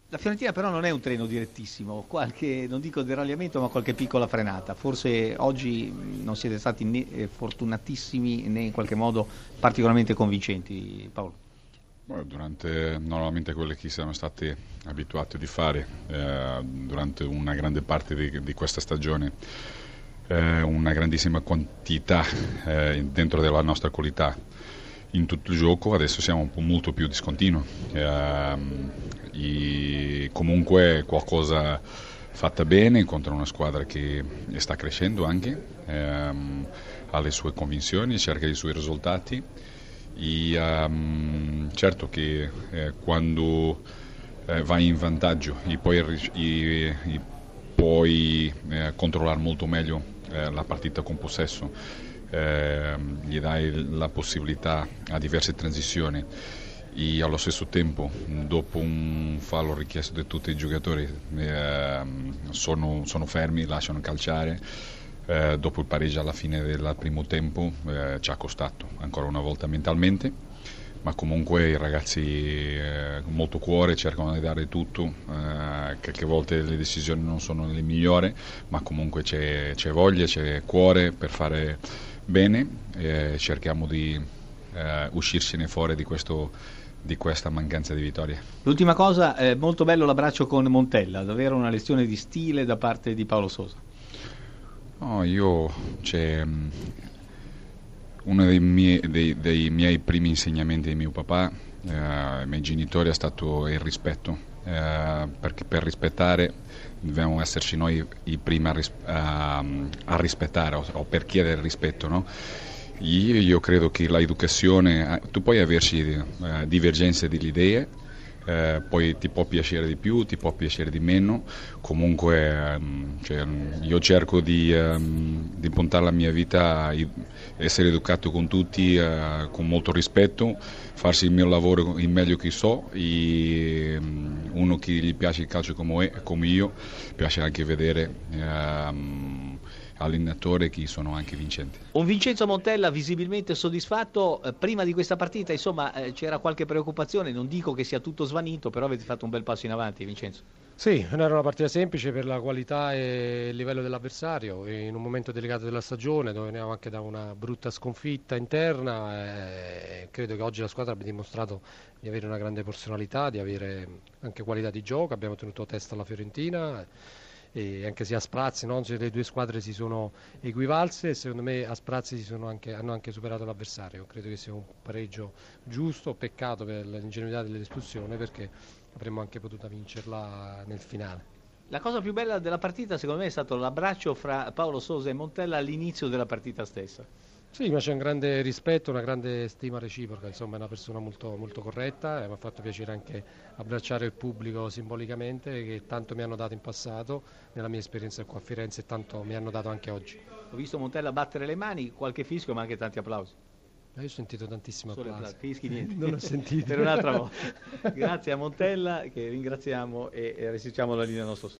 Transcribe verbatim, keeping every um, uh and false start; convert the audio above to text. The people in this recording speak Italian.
La Fiorentina però non è un treno direttissimo, qualche, non dico deragliamento, ma qualche piccola frenata. Forse oggi non siete stati né eh, fortunatissimi né in qualche modo particolarmente convincenti, Paolo. Durante normalmente quelle che siamo stati abituati di fare eh, durante una grande parte di, di questa stagione, eh, una grandissima quantità eh, dentro della nostra qualità in tutto il gioco. Adesso siamo un po' molto più discontinuo, eh, e comunque qualcosa fatta bene contro una squadra che sta crescendo anche, ehm, ha le sue convinzioni, cerca i suoi risultati. E, um, certo che eh, quando eh, vai in vantaggio e poi, e, e puoi eh, controllare molto meglio eh, la partita con possesso, eh, gli dai la possibilità a diverse transizioni e allo stesso tempo, dopo un fallo richiesto da tutti i giocatori, eh, sono, sono fermi, lasciano calciare. Eh, dopo il pareggio alla fine del primo tempo eh, ci ha costato ancora una volta mentalmente, ma comunque i ragazzi eh, con molto cuore cercano di dare tutto, eh, qualche volte le decisioni non sono le migliori, ma comunque c'è, c'è voglia, c'è cuore per fare bene, e cerchiamo di eh, uscircene fuori di questo di questa mancanza di vittoria. L'ultima cosa, eh, molto bello l'abbraccio con Montella, davvero una lezione di stile da parte di Paolo Sosa. No, io c'è um, uno dei miei, dei, dei miei primi insegnamenti di mio papà, eh, ai miei genitori, è stato il rispetto, eh, perché per rispettare dobbiamo esserci noi i primi a, ris- a, a rispettare o, o per chiedere rispetto, no? Io, io credo che l'educazione, tu puoi averci eh, divergenze di idee, Eh, poi ti può piacere di più, ti può piacere di meno, comunque ehm, cioè, io cerco di, ehm, di puntare la mia vita a essere educato con tutti, eh, con molto rispetto, farsi il mio lavoro il meglio che so, e um, uno che gli piace il calcio come, come io, piace anche vedere ehm, allenatori che sono anche vincenti. Un Vincenzo Montella visibilmente soddisfatto. Eh, prima di questa partita insomma eh, c'era qualche preoccupazione, non dico che sia tutto svanito, però avete fatto un bel passo in avanti, Vincenzo. Sì, non era una partita semplice per la qualità e il livello dell'avversario, e in un momento delicato della stagione dove veniamo anche da una brutta sconfitta interna, eh, credo che oggi la squadra abbia dimostrato di avere una grande personalità, di avere anche qualità di gioco, abbiamo tenuto a testa la Fiorentina, e anche se a sprazzi, no? Cioè, le due squadre si sono equivalse e secondo me a sprazzi si sono anche, hanno anche superato l'avversario. Credo che sia un pareggio giusto, peccato per l'ingenuità dell'espulsione, perché avremmo anche potuto vincerla nel finale. La cosa più bella della partita secondo me è stato l'abbraccio fra Paolo Sosa e Montella all'inizio della partita stessa. Sì, ma c'è un grande rispetto, una grande stima reciproca, insomma è una persona molto, molto corretta, e mi ha fatto piacere anche abbracciare il pubblico simbolicamente, che tanto mi hanno dato in passato nella mia esperienza qua a Firenze, e tanto mi hanno dato anche oggi. Ho visto Montella battere le mani, qualche fischio ma anche tanti applausi. Io ho sentito tantissimi Solo applausi. Fischi niente. Non ho sentito. Per un'altra volta. Grazie a Montella che ringraziamo e restituiamo la linea al nostro